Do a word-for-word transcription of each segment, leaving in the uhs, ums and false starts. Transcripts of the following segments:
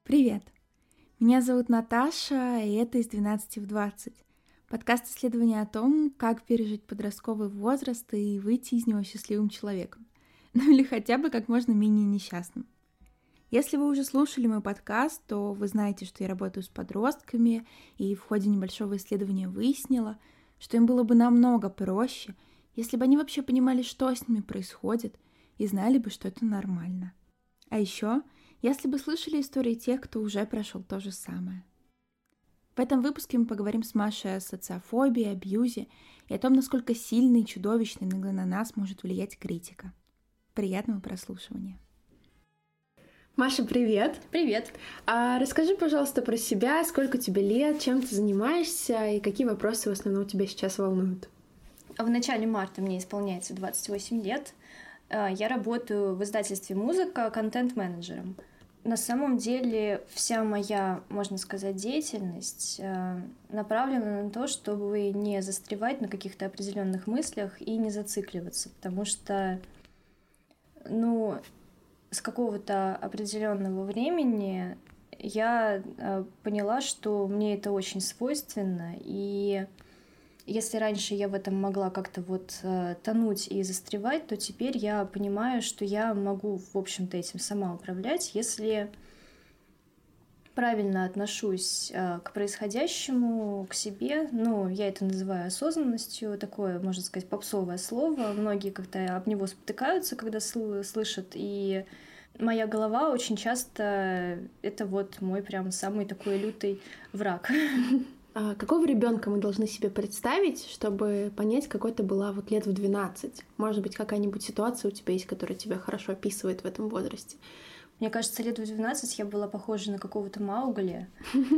Привет! Меня зовут Наташа, и это «Из двенадцати в двадцать». Подкаст исследования о том, как пережить подростковый возраст и выйти из него счастливым человеком. Ну или хотя бы как можно менее несчастным. Если вы уже слушали мой подкаст, то вы знаете, что я работаю с подростками, и в ходе небольшого исследования выяснила, что им было бы намного проще, если бы они вообще понимали, что с ними происходит, и знали бы, что это нормально. А еще, если бы слышали истории тех, кто уже прошел то же самое. В этом выпуске мы поговорим с Машей о социофобии, абьюзе и о том, насколько сильно и чудовищно иногда на нас может влиять критика. Приятного прослушивания. Маша, привет! Привет! А расскажи, пожалуйста, про себя, сколько тебе лет, чем ты занимаешься и какие вопросы в основном тебя сейчас волнуют? В начале марта мне исполняется двадцать восемь лет. Я работаю в издательстве «Музыка» контент-менеджером. На самом деле вся моя, можно сказать, деятельность направлена на то, чтобы не застревать на каких-то определенных мыслях и не зацикливаться, потому что, ну, с какого-то определенного времени я поняла, что мне это очень свойственно, и если раньше я в этом могла как-то вот э, тонуть и застревать, то теперь я понимаю, что я могу, в общем-то, этим сама управлять, если правильно отношусь э, к происходящему, к себе. Ну, я это называю осознанностью, такое, можно сказать, попсовое слово. Многие как-то об него спотыкаются, когда сл- слышат, и моя голова очень часто это вот мой прям самый такой лютый враг. А какого ребенка мы должны себе представить, чтобы понять, какой ты была вот лет в двенадцать? Может быть, какая-нибудь ситуация у тебя есть, которая тебя хорошо описывает в этом возрасте? Мне кажется, лет в двенадцать я была похожа на какого-то Маугли.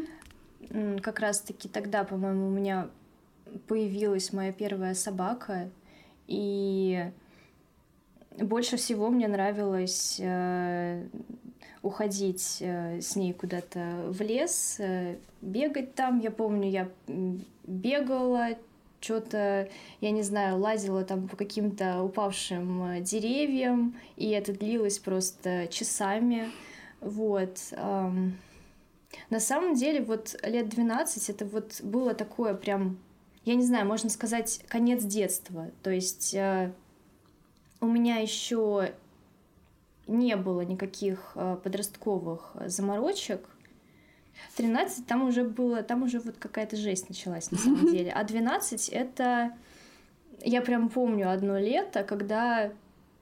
Как раз-таки тогда, по-моему, у меня появилась моя первая собака, и больше всего мне нравилось э, уходить э, с ней куда-то в лес, э, бегать там. Я помню, я бегала, что-то, я не знаю, лазила там по каким-то упавшим деревьям, и это длилось просто часами. Вот. Эм. На самом деле, вот лет двенадцать это вот было такое прям, я не знаю, можно сказать, конец детства. То есть э, у меня еще не было никаких подростковых заморочек. тринадцать там уже было, там уже вот какая-то жесть началась на самом деле. А двенадцать это, я прям помню одно лето, когда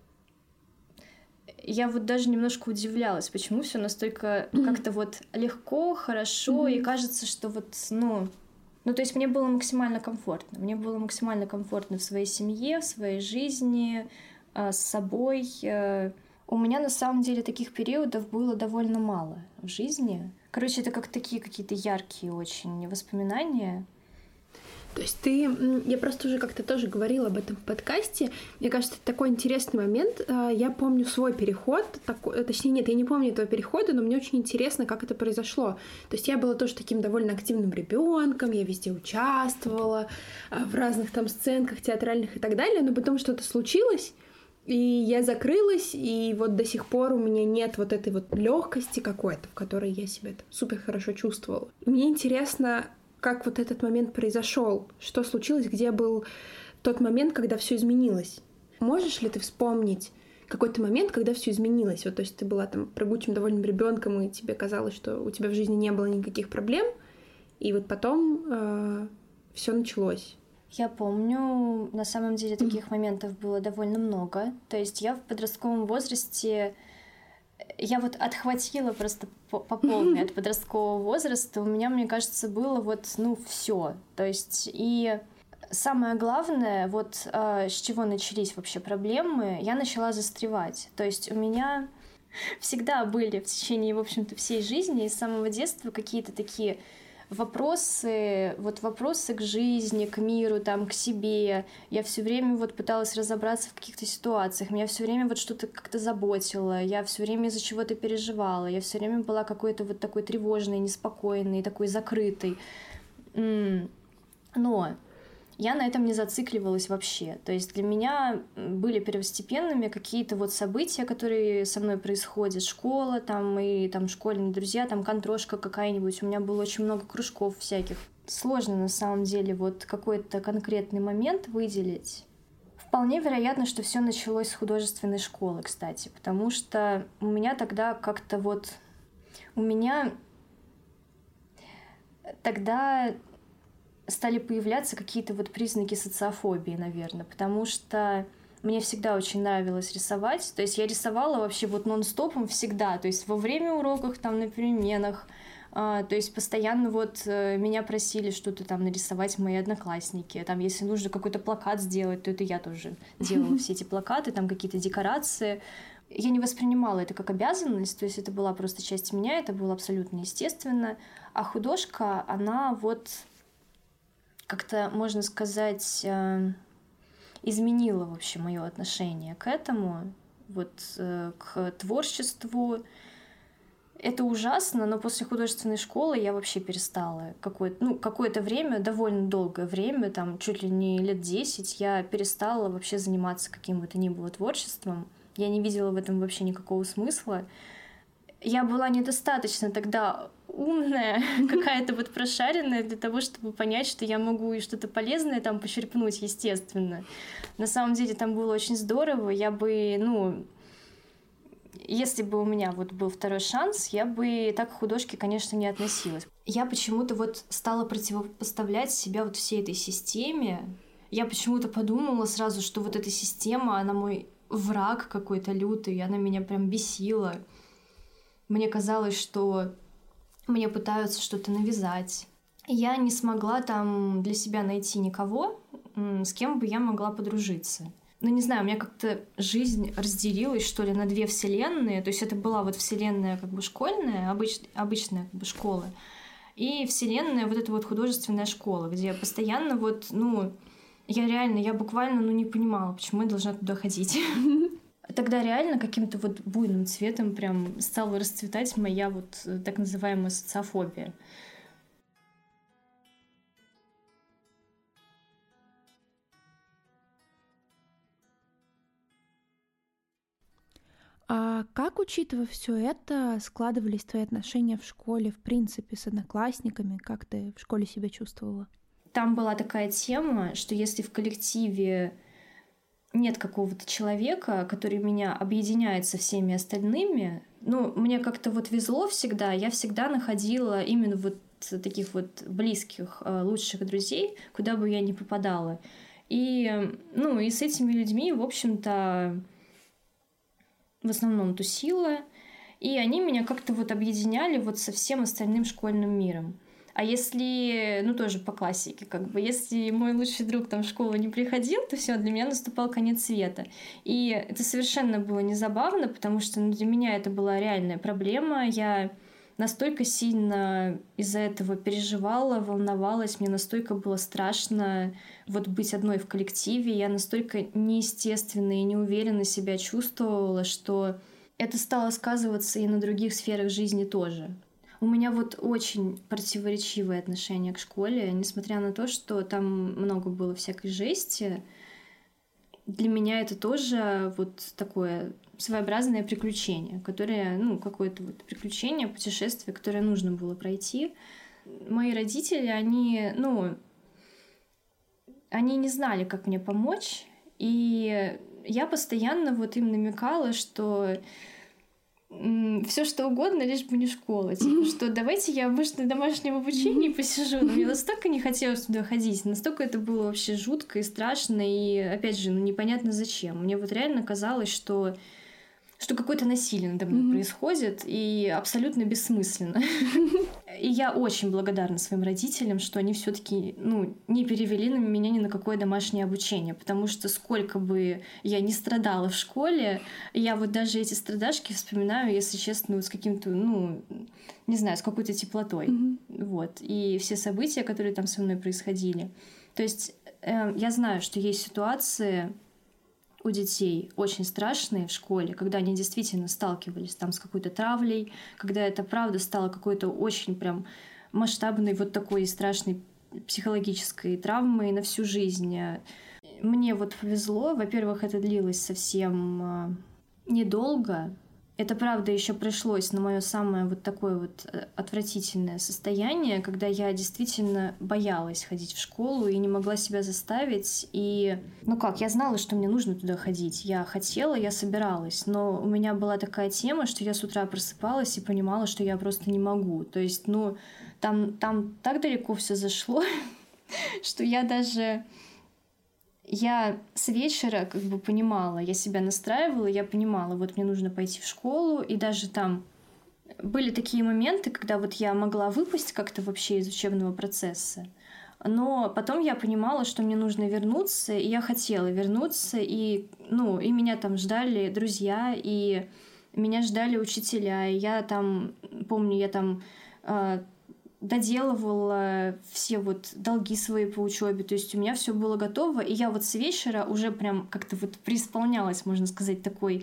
я вот даже немножко удивлялась, почему все настолько как-то вот легко, хорошо, и кажется, что вот, ну, ну, то есть мне было максимально комфортно. Мне было максимально комфортно в своей семье, в своей жизни, с собой. У меня на самом деле таких периодов было довольно мало в жизни. Короче, это как такие какие-то яркие очень воспоминания. То есть ты... Я просто уже как-то тоже говорила об этом в подкасте. Мне кажется, это такой интересный момент. Я помню свой переход. Такой, точнее, нет, я не помню этого перехода, но мне очень интересно, как это произошло. То есть я была тоже таким довольно активным ребенком, я везде участвовала, в разных там сценках театральных и так далее, но потом что-то случилось, и я закрылась, и вот до сих пор у меня нет вот этой вот легкости какой-то, в которой я себя супер хорошо чувствовала. Мне интересно, как вот этот момент произошел, что случилось, где был тот момент, когда все изменилось. Можешь ли ты вспомнить какой-то момент, когда все изменилось? Вот, то есть ты была там прыгучим довольным ребенком, и тебе казалось, что у тебя в жизни не было никаких проблем, и вот потом э, все началось. Я помню, на самом деле таких моментов было довольно много. То есть я в подростковом возрасте, я вот отхватила просто по, по полной от подросткового возраста. У меня, мне кажется, было вот, ну, все. То есть и самое главное, вот э, с чего начались вообще проблемы, я начала застревать. То есть у меня всегда были в течение, в общем-то, всей жизни и с самого детства какие-то такие вопросы, вот вопросы к жизни, к миру, там, к себе. Я все время вот пыталась разобраться в каких-то ситуациях. Меня все время вот что-то как-то заботило. Я все время из-за чего-то переживала. Я все время была какой-то вот такой тревожной, неспокойной, такой закрытой. Но я на этом не зацикливалась вообще. То есть для меня были первостепенными какие-то вот события, которые со мной происходят. Школа, там, и там школьные друзья, там контрошка какая-нибудь. У меня было очень много кружков всяких. Сложно на самом деле вот какой-то конкретный момент выделить. Вполне вероятно, что все началось с художественной школы, кстати, потому что у меня тогда как-то вот... У меня тогда стали появляться какие-то вот признаки социофобии, наверное, потому что мне всегда очень нравилось рисовать. То есть я рисовала вообще вот нон-стопом всегда, то есть во время уроков, там, на переменах. То есть постоянно вот меня просили что-то там нарисовать мои одноклассники. Там, если нужно какой-то плакат сделать, то это я тоже делала все эти плакаты, там какие-то декорации. Я не воспринимала это как обязанность, то есть это была просто часть меня, это было абсолютно естественно. А художка, она вот как-то, можно сказать, изменила вообще мое отношение к этому, вот к творчеству. Это ужасно, но после художественной школы я вообще перестала. Какое-то, ну, какое-то время, довольно долгое время, там чуть ли не лет десять, я перестала вообще заниматься каким бы то ни было творчеством. Я не видела в этом вообще никакого смысла. Я была недостаточно тогда умная, какая-то вот прошаренная для того, чтобы понять, что я могу и что-то полезное там почерпнуть, естественно. На самом деле там было очень здорово. Я бы, ну... Если бы у меня вот был второй шанс, я бы так к художке, конечно, не относилась. Я почему-то вот стала противопоставлять себя вот всей этой системе. Я почему-то подумала сразу, что вот эта система, она мой враг какой-то лютый, она меня прям бесила. Мне казалось, что мне пытаются что-то навязать. Я не смогла там для себя найти никого, с кем бы я могла подружиться. Ну, не знаю, у меня как-то жизнь разделилась, что ли, на две вселенные. То есть это была вот вселенная как бы школьная, обыч... обычная как бы школа, и вселенная вот эта вот художественная школа, где постоянно вот, ну, я реально, я буквально, ну, не понимала, почему я должна туда ходить. Тогда реально каким-то вот буйным цветом прям стала расцветать моя вот так называемая социофобия. А как, учитывая все это, складывались твои отношения в школе, в принципе, с одноклассниками? Как ты в школе себя чувствовала? Там была такая тема, что если в коллективе нет какого-то человека, который меня объединяет со всеми остальными, ну, мне как-то вот везло всегда, я всегда находила именно вот таких вот близких, лучших друзей, куда бы я ни попадала. И, ну, и с этими людьми, в общем-то, в основном тусила, и они меня как-то вот объединяли вот со всем остальным школьным миром. А если, ну тоже по классике, как бы, если мой лучший друг там в школу не приходил, то все, для меня наступал конец света. И это совершенно было незабавно, потому что ну, для меня это была реальная проблема. Я настолько сильно из-за этого переживала, волновалась, мне настолько было страшно вот быть одной в коллективе, я настолько неестественно и неуверенно себя чувствовала, что это стало сказываться и на других сферах жизни тоже. У меня вот очень противоречивое отношение к школе, несмотря на то, что там много было всякой жести. Для меня это тоже вот такое своеобразное приключение, которое, ну, какое-то вот приключение, путешествие, которое нужно было пройти. Мои родители, они, ну, они не знали, как мне помочь, и я постоянно вот им намекала, что все что угодно, лишь бы не школа. Типа, что давайте я, может, на домашнем обучении посижу. Но мне настолько не хотелось туда ходить, настолько это было вообще жутко и страшно, и, опять же, ну, непонятно зачем. Мне вот реально казалось, что что какое-то насилие надо мной mm-hmm. происходит, и абсолютно бессмысленно. И я очень благодарна своим родителям, что они все-таки, ну, не перевели на меня ни на какое домашнее обучение, потому что сколько бы я ни страдала в школе, я вот даже эти страдашки вспоминаю, если честно, вот с каким-то, ну, не знаю, с какой-то теплотой. Mm-hmm. Вот. И все события, которые там со мной происходили. То есть э, я знаю, что есть ситуации у детей очень страшные в школе, когда они действительно сталкивались там с какой-то травлей, когда это правда стало какой-то очень прям масштабной вот такой страшной психологической травмой на всю жизнь. Мне вот повезло. Во-первых, это длилось совсем недолго. Это, правда, еще пришлось на мое самое вот такое вот отвратительное состояние, когда я действительно боялась ходить в школу и не могла себя заставить. И, ну как, я знала, что мне нужно туда ходить. Я хотела, я собиралась. Но у меня была такая тема, что я с утра просыпалась и понимала, что я просто не могу. То есть, ну, там, там так далеко все зашло, что я даже... Я с вечера как бы понимала, я себя настраивала, я понимала, вот мне нужно пойти в школу, и даже там были такие моменты, когда вот я могла выпасть как-то вообще из учебного процесса, но потом я понимала, что мне нужно вернуться, и я хотела вернуться, и, ну, и меня там ждали друзья, и меня ждали учителя, и я там, помню, я там... доделывала все вот долги свои по учебе, то есть у меня все было готово, и я вот с вечера уже прям как-то вот преисполнялась, можно сказать, такой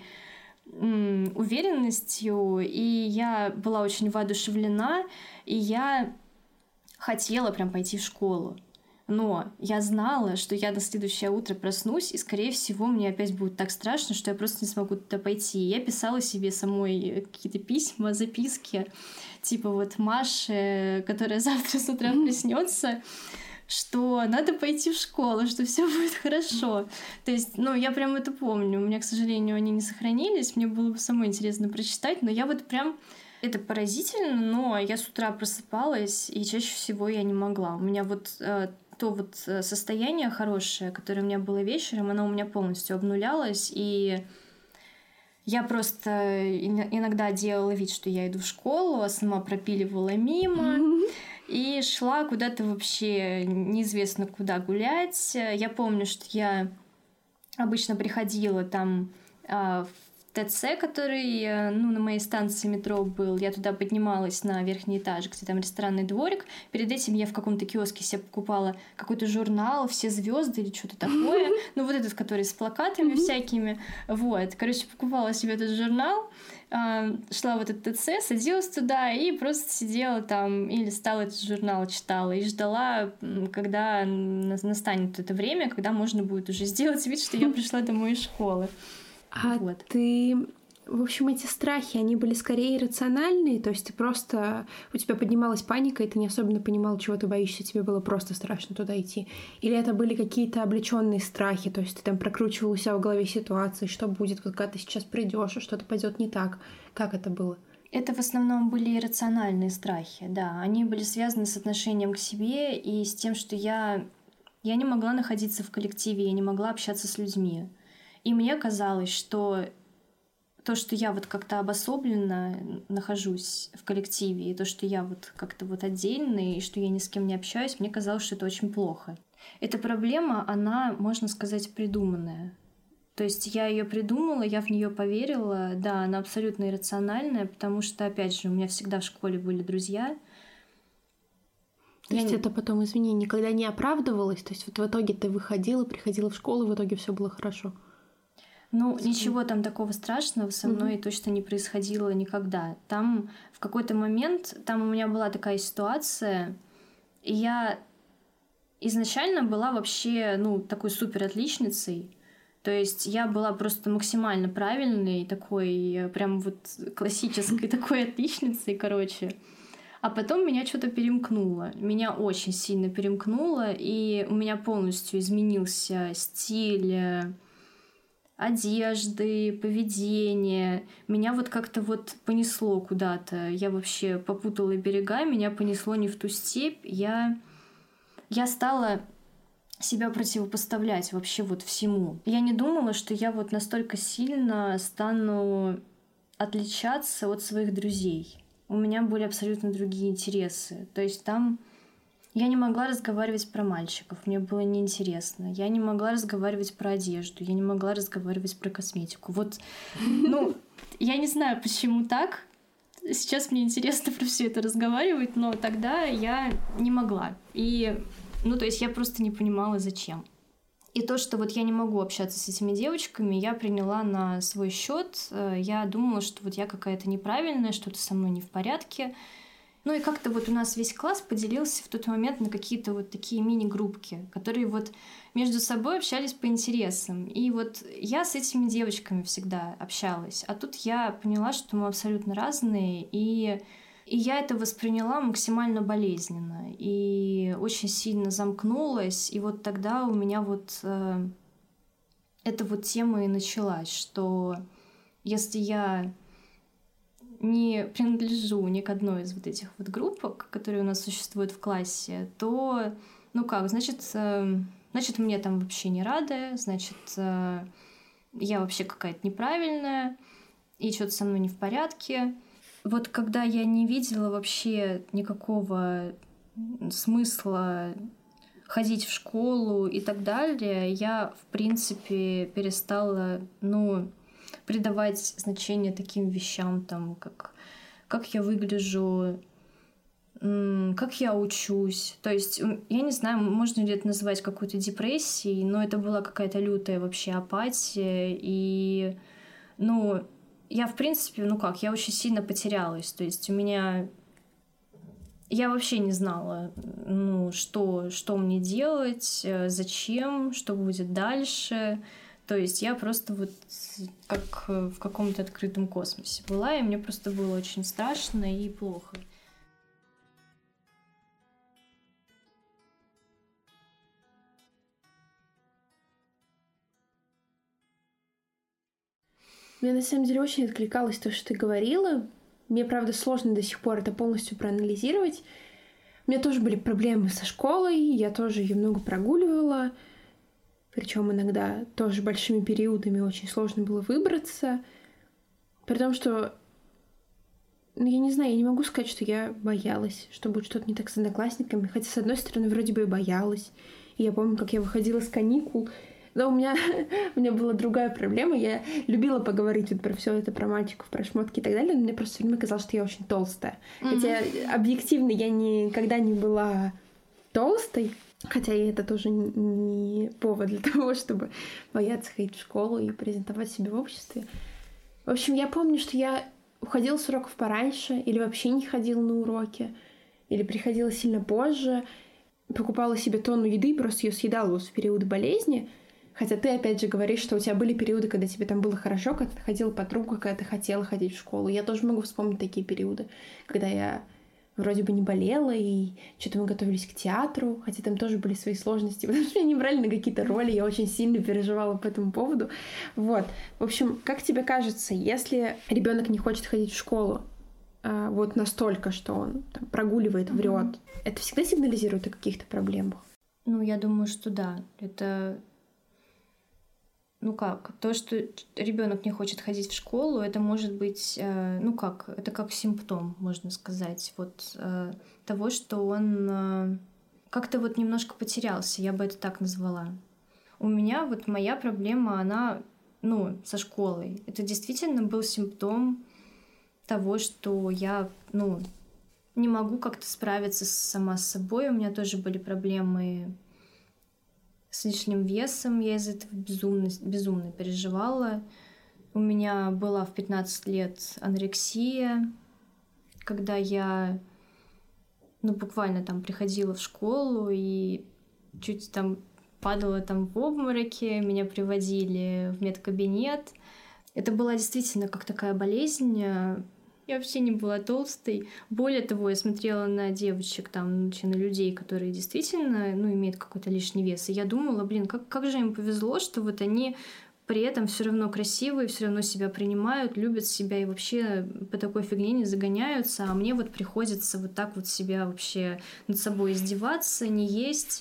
м- уверенностью, и я была очень воодушевлена, и я хотела прям пойти в школу. Но я знала, что я до следующее утро проснусь, и, скорее всего, мне опять будет так страшно, что я просто не смогу туда пойти. И я писала себе самой какие-то письма, записки, типа вот Маше, которая завтра с утра проснется, что надо пойти в школу, что все будет хорошо. То есть, ну, я прям это помню. У меня, к сожалению, они не сохранились. Мне было бы самой интересно прочитать, но я вот прям... Это поразительно, но я с утра просыпалась, и чаще всего я не могла. У меня вот э, то вот состояние хорошее, которое у меня было вечером, оно у меня полностью обнулялось, и я просто иногда делала вид, что я иду в школу, а сама пропиливала мимо и шла куда-то вообще неизвестно куда гулять. Я помню, что я обычно приходила там в ТЦ, который, ну, на моей станции метро был, я туда поднималась на верхний этаж, где там ресторанный дворик. Перед этим я в каком-то киоске себе покупала какой-то журнал «Все звезды» или что-то такое. Ну, вот этот, который с плакатами всякими. Вот. Короче, покупала себе этот журнал, шла в этот ТЦ, садилась туда и просто сидела там и листала этот журнал, читала и ждала, когда настанет это время, когда можно будет уже сделать вид, что я пришла домой из школы. А вот. Ты, в общем, эти страхи, они были скорее иррациональные, то есть ты просто, у тебя поднималась паника, и ты не особенно понимал, чего ты боишься, тебе было просто страшно туда идти. Или это были какие-то облеченные страхи, то есть ты там прокручивал у себя в голове ситуации, что будет, когда ты сейчас придешь, и что-то пойдет не так. Как это было? Это в основном были иррациональные страхи, да. Они были связаны с отношением к себе и с тем, что я, я не могла находиться в коллективе, я не могла общаться с людьми. И мне казалось, что то, что я вот как-то обособленно нахожусь в коллективе, и то, что я вот как-то вот отдельный, и что я ни с кем не общаюсь, мне казалось, что это очень плохо. Эта проблема, она, можно сказать, придуманная. То есть я ее придумала, я в нее поверила. Да, она абсолютно иррациональная, потому что, опять же, у меня всегда в школе были друзья. То есть я... это потом, извини, никогда не оправдывалось? То есть вот в итоге ты выходила, приходила в школу, и в итоге все было хорошо? Ну, ничего там такого страшного со мной mm-hmm. точно не происходило никогда. Там в какой-то момент, там у меня была такая ситуация, и я изначально была вообще, ну, такой супер отличницей. То есть я была просто максимально правильной, такой, прям вот классической такой отличницей, короче. А потом меня что-то перемкнуло. Меня очень сильно перемкнуло, и у меня полностью изменился стиль одежды, поведение. Меня вот как-то вот понесло куда-то. Я вообще попутала берега, меня понесло не в ту степь. Я, я стала себя противопоставлять вообще вот всему. Я не думала, что я вот настолько сильно стану отличаться от своих друзей. У меня были абсолютно другие интересы. То есть там я не могла разговаривать про мальчиков, мне было неинтересно. Я не могла разговаривать про одежду, я не могла разговаривать про косметику. Вот, ну, я не знаю, почему так. Сейчас мне интересно про все это разговаривать, но тогда я не могла. И, ну, то есть я просто не понимала, зачем. И то, что вот я не могу общаться с этими девочками, я приняла на свой счет. Я думала, что вот я какая-то неправильная, что-то со мной не в порядке. Ну и как-то вот у нас весь класс поделился в тот момент на какие-то вот такие мини-группки, которые вот между собой общались по интересам. И вот я с этими девочками всегда общалась. А тут я поняла, что мы абсолютно разные, и, и я это восприняла максимально болезненно. И очень сильно замкнулась. И вот тогда у меня вот э, эта вот тема и началась, что если я не принадлежу ни к одной из вот этих вот группок, которые у нас существуют в классе, то, ну как, значит, э, значит, мне там вообще не рады, значит, э, я вообще какая-то неправильная, и что-то со мной не в порядке. Вот когда я не видела вообще никакого смысла ходить в школу и так далее, я, в принципе, перестала, ну, придавать значение таким вещам, там, как, как я выгляжу, как я учусь. То есть, я не знаю, можно ли это называть какой-то депрессией, но это была какая-то лютая вообще апатия. И, ну, я, в принципе, ну как, я очень сильно потерялась. То есть, у меня... Я вообще не знала, ну, что, что мне делать, зачем, что будет дальше. То есть я просто вот как в каком-то открытом космосе была, и мне просто было очень страшно и плохо. Мне на самом деле очень откликалось то, что ты говорила. Мне, правда, сложно до сих пор это полностью проанализировать. У меня тоже были проблемы со школой, я тоже ее много прогуливала. Причем иногда тоже большими периодами очень сложно было выбраться. При том, что, ну, я не знаю, я не могу сказать, что я боялась, что будет что-то не так с одноклассниками. Хотя, с одной стороны, вроде бы и боялась. И я помню, как я выходила с каникул. Но у меня, у меня была другая проблема. Я любила поговорить вот про все это, про мальчиков, про шмотки и так далее. Но мне просто все время казалось, что я очень толстая. Mm-hmm. Хотя объективно я никогда не была толстой. Хотя и это тоже не повод для того, чтобы бояться ходить в школу и презентовать себя в обществе. В общем, я помню, что я уходила с уроков пораньше или вообще не ходила на уроки, или приходила сильно позже, покупала себе тонну еды и просто ее съедала вот в периоды болезни. Хотя ты, опять же, говоришь, что у тебя были периоды, когда тебе там было хорошо, когда ты ходила по кругу, когда ты хотела ходить в школу. Я тоже могу вспомнить такие периоды, когда я вроде бы не болела, и что-то мы готовились к театру, хотя там тоже были свои сложности, потому что меня не брали на какие-то роли, я очень сильно переживала по этому поводу. Вот. В общем, как тебе кажется, если ребенок не хочет ходить в школу, а, вот настолько, что он там прогуливает, врет, mm-hmm. это всегда сигнализирует о каких-то проблемах? Ну, я думаю, что да. Это... Ну как, то, что ребенок не хочет ходить в школу, это может быть, э, ну как, это как симптом, можно сказать, вот э, того, что он э, как-то вот немножко потерялся, я бы это так назвала. У меня вот моя проблема, она, ну, со школой. Это действительно был симптом того, что я, ну, не могу как-то справиться сама с собой. У меня тоже были проблемы с лишним весом, я из этого безумно, безумно переживала. У меня была в пятнадцать лет анорексия, когда я, ну, буквально там приходила в школу и чуть там падала там в обмороке, меня приводили в медкабинет. Это была действительно как такая болезнь. Я вообще не была толстой. Более того, я смотрела на девочек, там, на людей, которые действительно, ну, имеют какой-то лишний вес. И я думала, блин, как, как же им повезло, что вот они при этом все равно красивые, все равно себя принимают, любят себя и вообще по такой фигне не загоняются. А мне вот приходится вот так вот себя вообще над собой издеваться, не есть.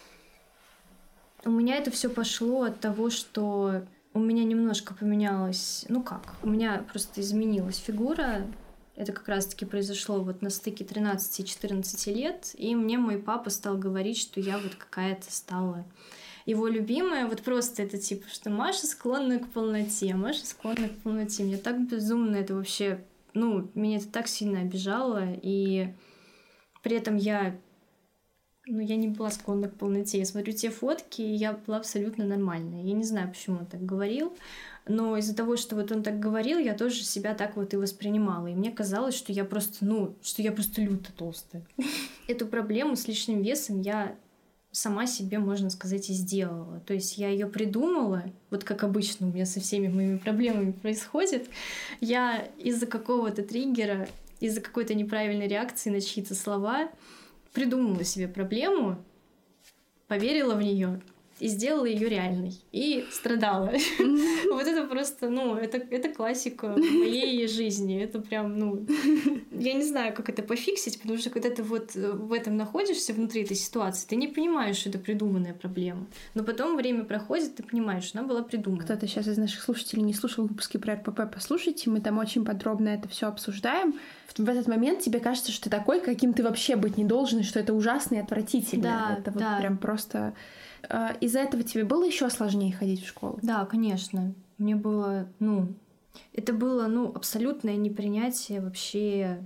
У меня это все пошло от того, что у меня немножко поменялась, ну как, у меня просто изменилась фигура. Это как раз-таки произошло вот на стыке тринадцати и четырнадцати лет, и мне мой папа стал говорить, что я вот какая-то стала его любимая. Вот просто это типа, что Маша склонна к полноте, Маша склонна к полноте. Мне так безумно это вообще, ну, меня это так сильно обижало, и при этом я ну, я не была склонна к полноте. Я смотрю те фотки, и я была абсолютно нормальная. Я не знаю, почему он так говорил, но из-за того, что вот он так говорил, я тоже себя так вот и воспринимала. И мне казалось, что я просто, ну, что я просто люто толстая. Эту проблему с лишним весом я сама себе, можно сказать, и сделала. То есть я ее придумала, вот как обычно у меня со всеми моими проблемами происходит. Я из-за какого-то триггера, из-за какой-то неправильной реакции на чьи-то слова придумала себе проблему, поверила в нее и сделала ее реальной. И страдала. Mm-hmm. Вот это просто, ну, это, это классика моей жизни. Это прям, ну... Я не знаю, как это пофиксить, потому что когда ты вот в этом находишься, внутри этой ситуации, ты не понимаешь, что это придуманная проблема. Но потом время проходит, ты понимаешь, что она была придумана. Кто-то сейчас из наших слушателей не слушал выпуски про эр пэ пэ, послушайте, мы там очень подробно это все обсуждаем. В этот момент тебе кажется, что ты такой, каким ты вообще быть не должен, и что это ужасно и отвратительно. Да, это да. Вот прям просто... Из-за этого тебе было еще сложнее ходить в школу? Да, конечно. Мне было, ну, это было, ну, абсолютное непринятие вообще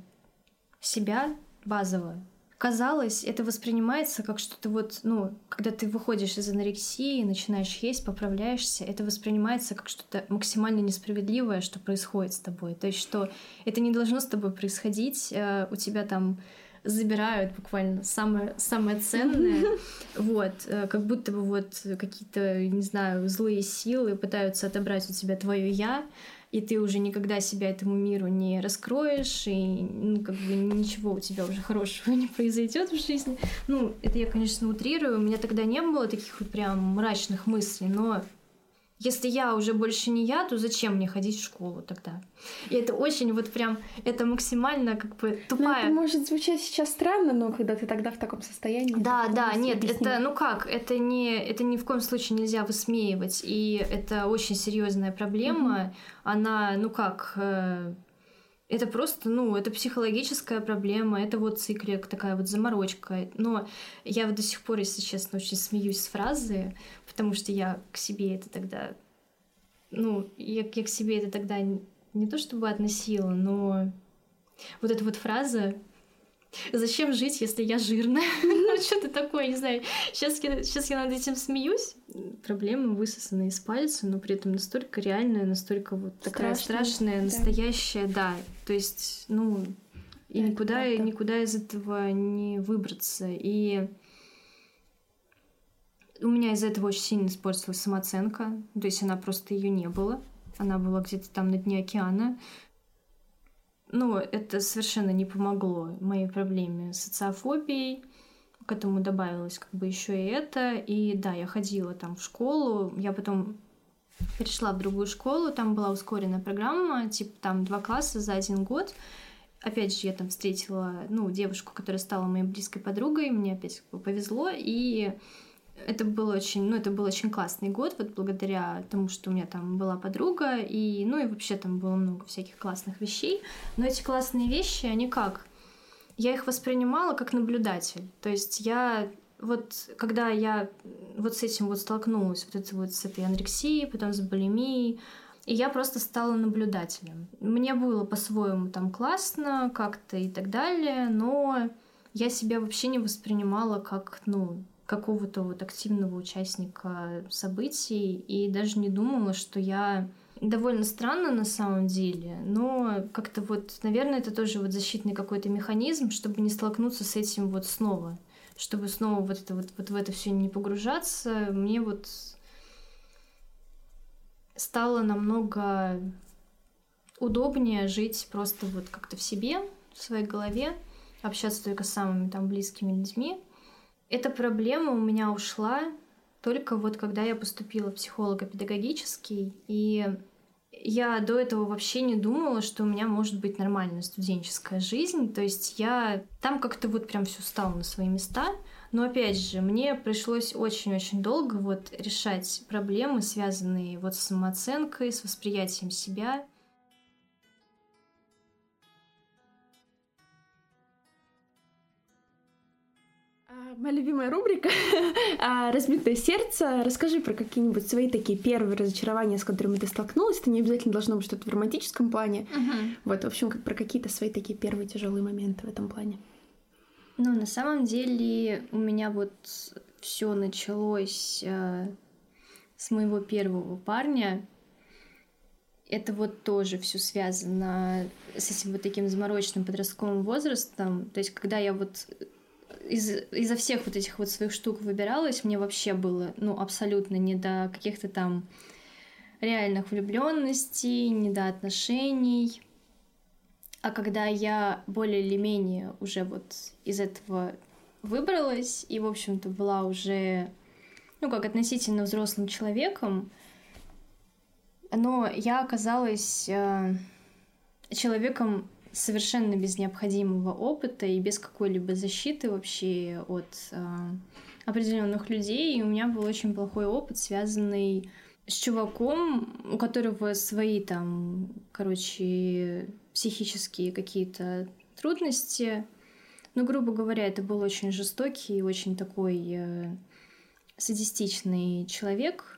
себя базово. Казалось, это воспринимается как что-то вот, ну, когда ты выходишь из анорексии, начинаешь есть, поправляешься, это воспринимается как что-то максимально несправедливое, что происходит с тобой. То есть, что это не должно с тобой происходить, у тебя там забирают буквально самое, самое ценное, вот, как будто бы вот какие-то, не знаю, злые силы пытаются отобрать у тебя твое «я», и ты уже никогда себя этому миру не раскроешь, и, ну, как бы ничего у тебя уже хорошего не произойдет в жизни. Ну, это я, конечно, утрирую, у меня тогда не было таких вот прям мрачных мыслей, но если я уже больше не я, то зачем мне ходить в школу тогда? И это очень вот прям, это максимально как бы тупая... Ну, это может звучать сейчас странно, но когда ты тогда в таком состоянии... Да, да, нет, это, ну как, это не, это ни в коем случае нельзя высмеивать, и это очень серьезная проблема, mm-hmm. она, ну как... Э- Это просто, ну, это психологическая проблема, это вот циклик, такая вот заморочка. Но я вот до сих пор, если честно, очень смеюсь с фразы, потому что я к себе это тогда... Ну, я, я к себе это тогда не то чтобы относила, но вот эта вот фраза «Зачем жить, если я жирная?» Ну, что-то такое, не знаю. Сейчас я, сейчас я над этим смеюсь. Проблема высосана из пальца, но при этом настолько реальная, настолько вот такая страшная, настоящая, да. То есть, ну, и никуда, никуда из этого не выбраться. И у меня из-за этого очень сильно испортилась самооценка. То есть она просто ее не было. Она была где-то там на дне океана. Ну, это совершенно не помогло моей проблеме с социофобией. К этому добавилось как бы еще и это. И да, я ходила там в школу. Я потом перешла в другую школу. Там была ускоренная программа, типа там два класса за один год. Опять же, я там встретила, ну, девушку, которая стала моей близкой подругой. Мне опять как бы повезло. И это был очень, ну, это был очень классный год, вот благодаря тому, что у меня там была подруга, и, ну, и вообще там было много всяких классных вещей. Но эти классные вещи, они как? Я их воспринимала как наблюдатель. То есть я вот, когда я вот с этим вот столкнулась, вот это вот с этой анорексией, потом с булимией, и я просто стала наблюдателем. Мне было по-своему там классно как-то и так далее, но я себя вообще не воспринимала как, ну, какого-то вот активного участника событий, и даже не думала, что я довольно странно на самом деле, но как-то вот, наверное, это тоже вот защитный какой-то механизм, чтобы не столкнуться с этим вот снова, чтобы снова вот, это вот, вот в это все не погружаться. Мне вот стало намного удобнее жить просто вот как-то в себе, в своей голове, общаться только с самыми там близкими людьми. Эта проблема у меня ушла только вот когда я поступила в психолого-педагогический, и я до этого вообще не думала, что у меня может быть нормальная студенческая жизнь. То есть я там как-то вот прям все стало на свои места. Но опять же, мне пришлось очень-очень долго вот решать проблемы, связанные вот с самооценкой, с восприятием себя. Моя любимая рубрика «Разбитое сердце». Расскажи про какие-нибудь свои такие первые разочарования, с которыми ты столкнулась. Это не обязательно должно быть что-то в романтическом плане. Uh-huh. Вот, в общем, как про какие-то свои такие первые тяжелые моменты в этом плане. Ну, на самом деле у меня вот все началось э, с моего первого парня. Это вот тоже все связано с этим вот таким замороченным подростковым возрастом. То есть, когда я вот из, изо всех вот этих вот своих штук выбиралась, мне вообще было, ну, абсолютно не до каких-то там реальных влюбленностей, не до отношений. А когда я более или менее уже вот из этого выбралась и, в общем-то, была уже, ну, как относительно взрослым человеком, но я оказалась э, человеком совершенно без необходимого опыта и без какой-либо защиты вообще от э, определенных людей. И у меня был очень плохой опыт, связанный с чуваком, у которого свои там, короче, психические какие-то трудности. Ну, грубо говоря, это был очень жестокий и очень такой э, садистичный человек.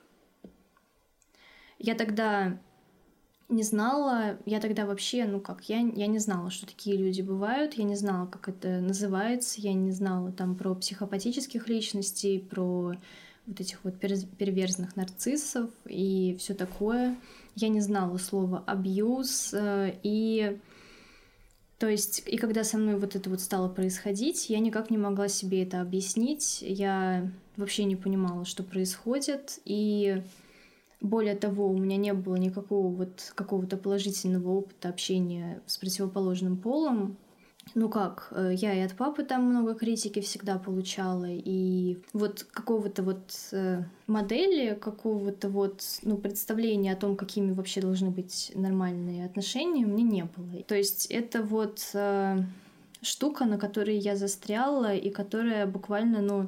Я тогда не знала, я тогда вообще, ну как, я, я не знала, что такие люди бывают, я не знала, как это называется, я не знала там про психопатических личностей, про вот этих вот перверзных нарциссов и все такое. Я не знала слова абьюз, и то есть, и когда со мной вот это вот стало происходить, я никак не могла себе это объяснить, я вообще не понимала, что происходит, и более того, у меня не было никакого вот какого-то положительного опыта общения с противоположным полом. Ну как, я и от папы там много критики всегда получала, и вот какого-то вот модели, какого-то вот, ну, представления о том, какими вообще должны быть нормальные отношения, у меня не было. То есть это вот э, штука, на которой я застряла, и которая буквально, ну,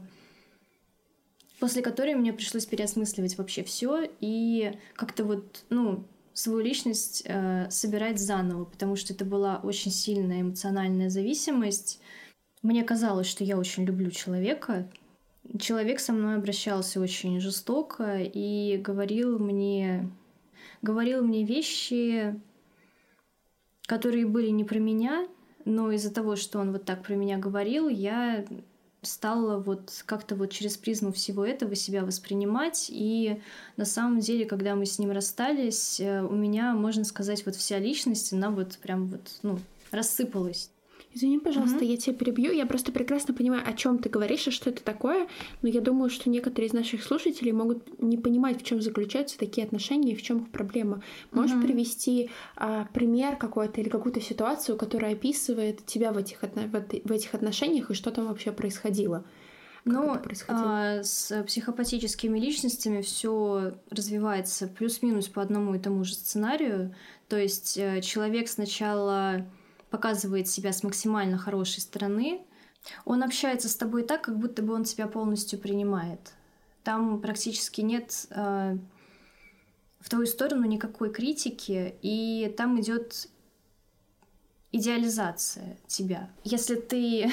после которой мне пришлось переосмысливать вообще все и как-то вот, ну, свою личность э, собирать заново, потому что это была очень сильная эмоциональная зависимость. Мне казалось, что я очень люблю человека. Человек со мной обращался очень жестоко и говорил мне, говорил мне вещи, которые были не про меня, но из-за того, что он вот так про меня говорил, я стала вот как-то вот через призму всего этого себя воспринимать. И на самом деле, когда мы с ним расстались, у меня, можно сказать, вот вся личность, она вот прям вот, ну, рассыпалась. Извини, пожалуйста, Угу. я тебя перебью. Я просто прекрасно понимаю, о чем ты говоришь и что это такое, но я думаю, что некоторые из наших слушателей могут не понимать, в чем заключаются такие отношения и в чем их проблема. Можешь Угу. привести а, пример какой-то или какую-то ситуацию, которая описывает тебя в этих, в этих отношениях и что там вообще происходило? Как Ну, это происходило? а, с психопатическими личностями все развивается плюс-минус по одному и тому же сценарию. То есть э, человек сначала показывает себя с максимально хорошей стороны. Он общается с тобой так, как будто бы он тебя полностью принимает. Там практически нет э, в твою сторону никакой критики, и там идет идеализация тебя. Если ты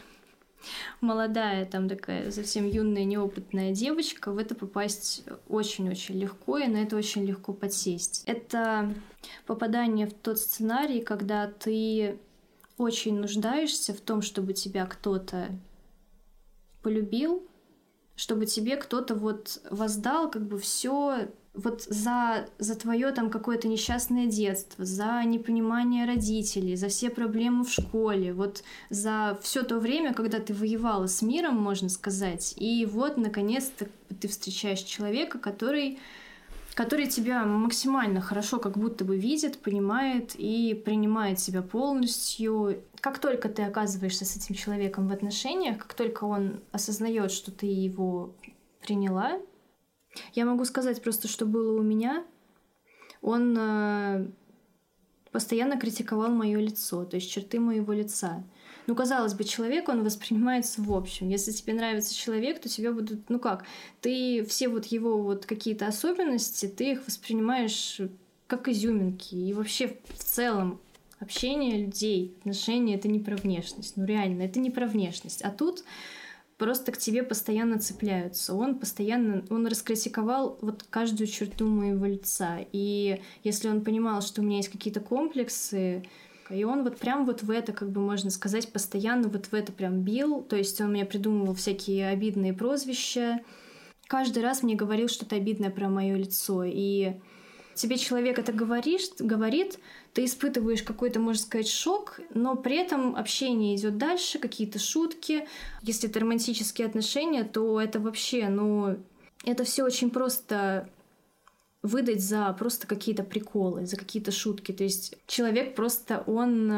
молодая, там такая совсем юная, неопытная девочка, в это попасть очень-очень легко, и на это очень легко подсесть. Это попадание в тот сценарий, когда ты очень нуждаешься в том, чтобы тебя кто-то полюбил, чтобы тебе кто-то вот воздал как бы все вот за, за твое там какое-то несчастное детство, за непонимание родителей, за все проблемы в школе, вот за все то время, когда ты воевала с миром, можно сказать, и вот наконец-то ты встречаешь человека, который, который тебя максимально хорошо как будто бы видит, понимает и принимает тебя полностью. Как только ты оказываешься с этим человеком в отношениях, как только он осознает, что ты его приняла, я могу сказать просто, что было у меня. Он э, постоянно критиковал мое лицо, то есть черты моего лица. Ну, казалось бы, человек, он воспринимается в общем. Если тебе нравится человек, то тебе будут, ну как, ты все вот его вот какие-то особенности, ты их воспринимаешь как изюминки. И вообще в целом общение людей, отношения — это не про внешность. Ну реально, это не про внешность. А тут просто к тебе постоянно цепляются. Он постоянно, он раскритиковал вот каждую черту моего лица. И если он понимал, что у меня есть какие-то комплексы, жестко. И он вот прям вот в это, как бы можно сказать, постоянно вот в это прям бил. То есть он мне придумывал всякие обидные прозвища. Каждый раз мне говорил что-то обидное про мое лицо. И тебе человек это говоришь, говорит, ты испытываешь какой-то, можно сказать, шок, но при этом общение идет дальше, какие-то шутки. Если это романтические отношения, то это вообще, ну, это все очень просто выдать за просто какие-то приколы, за какие-то шутки. То есть человек просто, он,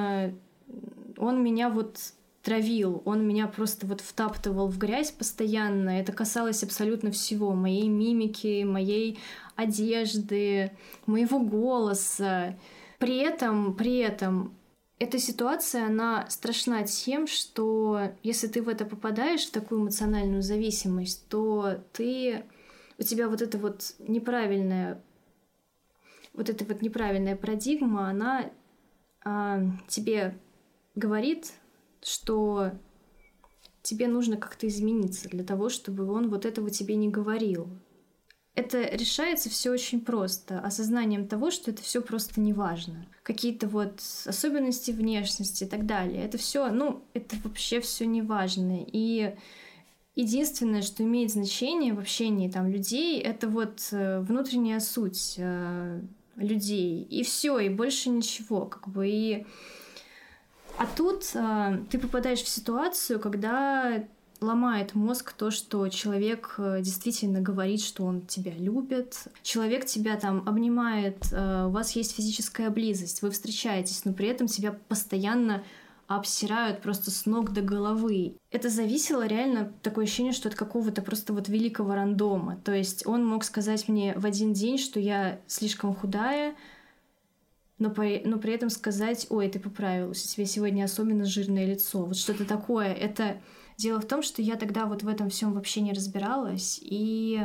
он меня вот травил, он меня просто вот втаптывал в грязь постоянно. Это касалось абсолютно всего. Моей мимики, моей одежды, моего голоса. При этом, при этом эта ситуация, она страшна тем, что если ты в это попадаешь, в такую эмоциональную зависимость, то ты, у тебя вот эта вот неправильная, вот эта вот неправильная парадигма, она а, тебе говорит, что тебе нужно как-то измениться для того, чтобы он вот этого тебе не говорил. Это решается все очень просто, осознанием того, что это все просто не важно. Какие-то вот особенности внешности и так далее. Это все, ну, это вообще все не важно. И единственное, что имеет значение в общении там людей, это вот внутренняя суть э, людей. И все, и больше ничего. Как бы и... А тут э, ты попадаешь в ситуацию, когда ломает мозг то, что человек действительно говорит, что он тебя любит. Человек тебя там обнимает, у вас есть физическая близость, вы встречаетесь, но при этом тебя постоянно обсирают просто с ног до головы. Это зависело реально, такое ощущение, что от какого-то просто вот великого рандома. То есть он мог сказать мне в один день, что я слишком худая, но при, но при этом сказать: ой, ты поправилась, у тебя сегодня особенно жирное лицо. Вот что-то такое. Это... Дело в том, что я тогда вот в этом всем вообще не разбиралась, и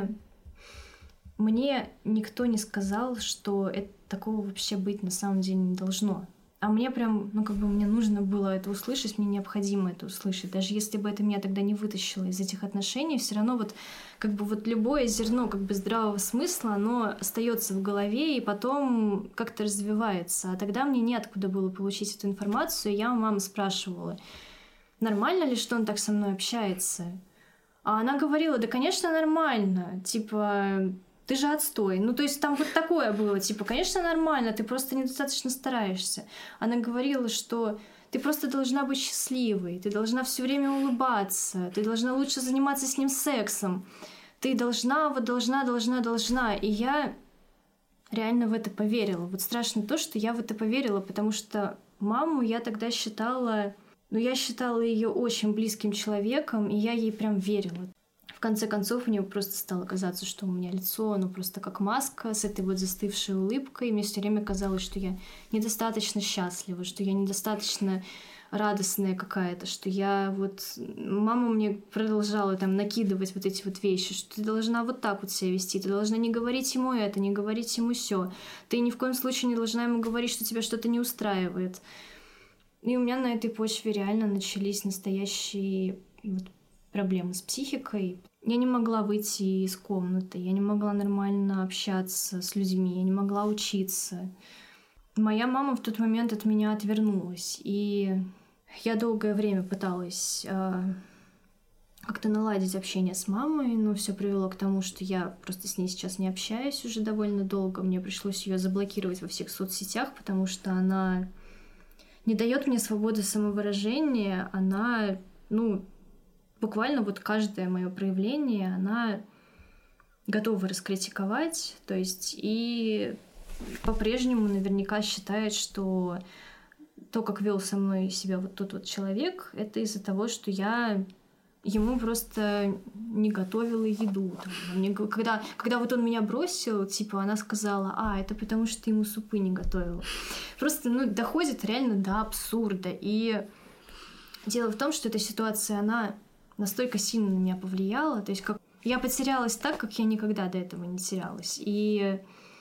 мне никто не сказал, что это, такого вообще быть на самом деле не должно. А мне прям, ну как бы мне нужно было это услышать, мне необходимо это услышать. Даже если бы это меня тогда не вытащило из этих отношений, все равно вот как бы вот любое зерно как бы здравого смысла, оно остается в голове и потом как-то развивается. А тогда мне неоткуда было получить эту информацию, и я у мамы спрашивала: нормально ли, что он так со мной общается? А она говорила: да, конечно, нормально. Типа, ты же отстой. Ну, то есть там вот такое было. Типа, конечно, нормально, ты просто недостаточно стараешься. Она говорила, что ты просто должна быть счастливой, ты должна все время улыбаться, ты должна лучше заниматься с ним сексом. Ты должна, вот должна, должна, должна. И я реально в это поверила. Вот страшно то, что я в это поверила, потому что маму я тогда считала... Но я считала ее очень близким человеком, и я ей прям верила. В конце концов, мне просто стало казаться, что у меня лицо, оно просто как маска с этой вот застывшей улыбкой. И мне все время казалось, что я недостаточно счастлива, что я недостаточно радостная какая-то, что я вот... Мама мне продолжала там накидывать вот эти вот вещи, что ты должна вот так вот себя вести, ты должна не говорить ему это, не говорить ему сё. Ты ни в коем случае не должна ему говорить, что тебя что-то не устраивает. И у меня на этой почве реально начались настоящие вот проблемы с психикой. Я не могла выйти из комнаты, я не могла нормально общаться с людьми, я не могла учиться. Моя мама в тот момент от меня отвернулась, и я долгое время пыталась э, как-то наладить общение с мамой, но все привело к тому, что я просто с ней сейчас не общаюсь уже довольно долго. Мне пришлось ее заблокировать во всех соцсетях, потому что она... не дает мне свободы самовыражения, она, ну, буквально вот каждое мое проявление, она готова раскритиковать, то есть и по-прежнему наверняка считает, что то, как вел со мной себя вот тот вот человек, это из-за того, что я ему просто не готовила еду. Там, мне, когда, когда вот он меня бросил, типа, она сказала: а, это потому что ты ему супы не готовила. Просто, ну, доходит реально до абсурда. И дело в том, что эта ситуация, она настолько сильно на меня повлияла, то есть как я потерялась так, как я никогда до этого не терялась. И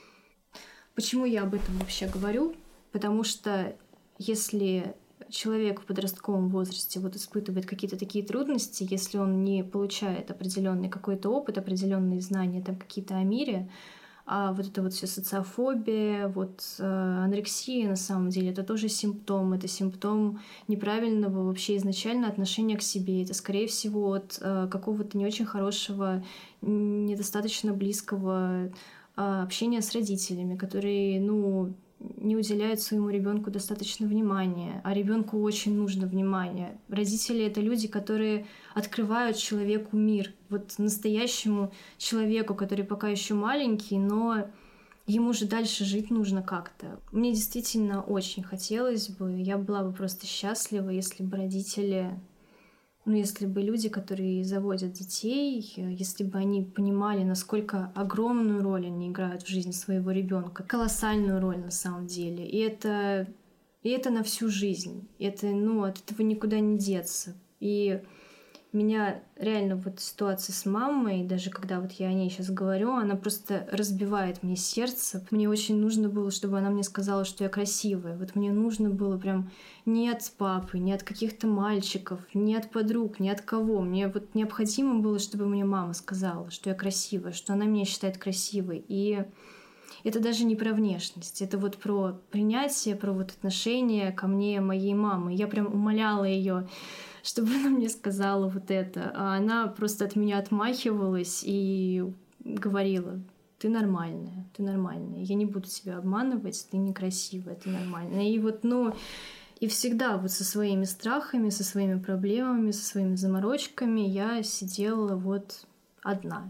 почему я об этом вообще говорю? Потому что если человек в подростковом возрасте вот испытывает какие-то такие трудности, если он не получает определенный какой-то опыт, определенные знания там какие-то о мире, А вот это вот все социофобия, вот э, анорексия на самом деле это тоже симптом, это симптом неправильного вообще изначально отношения к себе. Это, скорее всего, от э, какого-то не очень хорошего, недостаточно близкого э, общения с родителями, которые, ну, не уделяют своему ребенку достаточно внимания, а ребенку очень нужно внимание. Родители — это люди, которые открывают человеку мир, вот настоящему человеку, который пока еще маленький, но ему же дальше жить нужно как-то. Мне действительно очень хотелось бы, я была бы просто счастлива, если бы родители, ну, если бы люди, которые заводят детей, если бы они понимали, насколько огромную роль они играют в жизни своего ребенка, колоссальную роль на самом деле. И это, и это на всю жизнь. Это, ну, от этого никуда не деться. И меня реально вот ситуация с мамой, даже когда вот я о ней сейчас говорю, она просто разбивает мне сердце. Мне очень нужно было, чтобы она мне сказала, что я красивая. Вот мне нужно было прям не от папы, не от каких-то мальчиков, не от подруг, ни от кого. Мне вот необходимо было, чтобы мне мама сказала, что я красивая, что она меня считает красивой. И это даже не про внешность, это вот про принятие, про вот отношение ко мне моей мамы. Я прям умоляла ее, чтобы она мне сказала вот это. А она просто от меня отмахивалась и говорила: ты нормальная, ты нормальная, я не буду тебя обманывать, ты некрасивая, ты нормальная. И вот, ну, и всегда вот со своими страхами, со своими проблемами, со своими заморочками я сидела вот одна.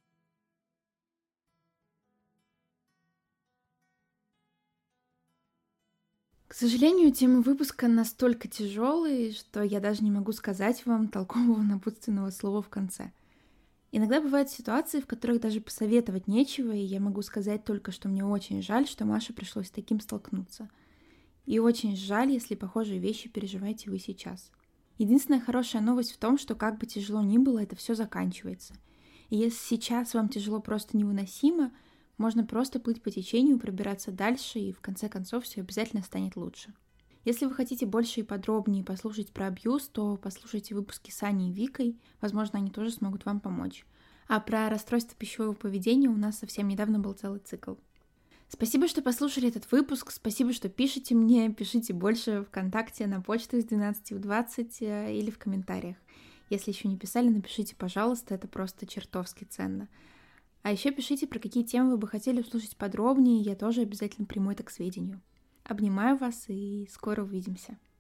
К сожалению, тема выпуска настолько тяжелая, что я даже не могу сказать вам толкового напутственного слова в конце. Иногда бывают ситуации, в которых даже посоветовать нечего, и я могу сказать только, что мне очень жаль, что Маше пришлось с таким столкнуться. И очень жаль, если похожие вещи переживаете вы сейчас. Единственная хорошая новость в том, что как бы тяжело ни было, это все заканчивается. И если сейчас вам тяжело просто невыносимо, можно просто плыть по течению, пробираться дальше, и в конце концов все обязательно станет лучше. Если вы хотите больше и подробнее послушать про абьюз, то послушайте выпуски с Аней и Викой, возможно, они тоже смогут вам помочь. А про расстройство пищевого поведения у нас совсем недавно был целый цикл. Спасибо, что послушали этот выпуск, спасибо, что пишете мне, пишите больше ВКонтакте, на почту с двенадцати в двадцать или в комментариях. Если еще не писали, напишите, пожалуйста, это просто чертовски ценно. А еще пишите, про какие темы вы бы хотели услышать подробнее, я тоже обязательно приму это к сведению. Обнимаю вас и скоро увидимся.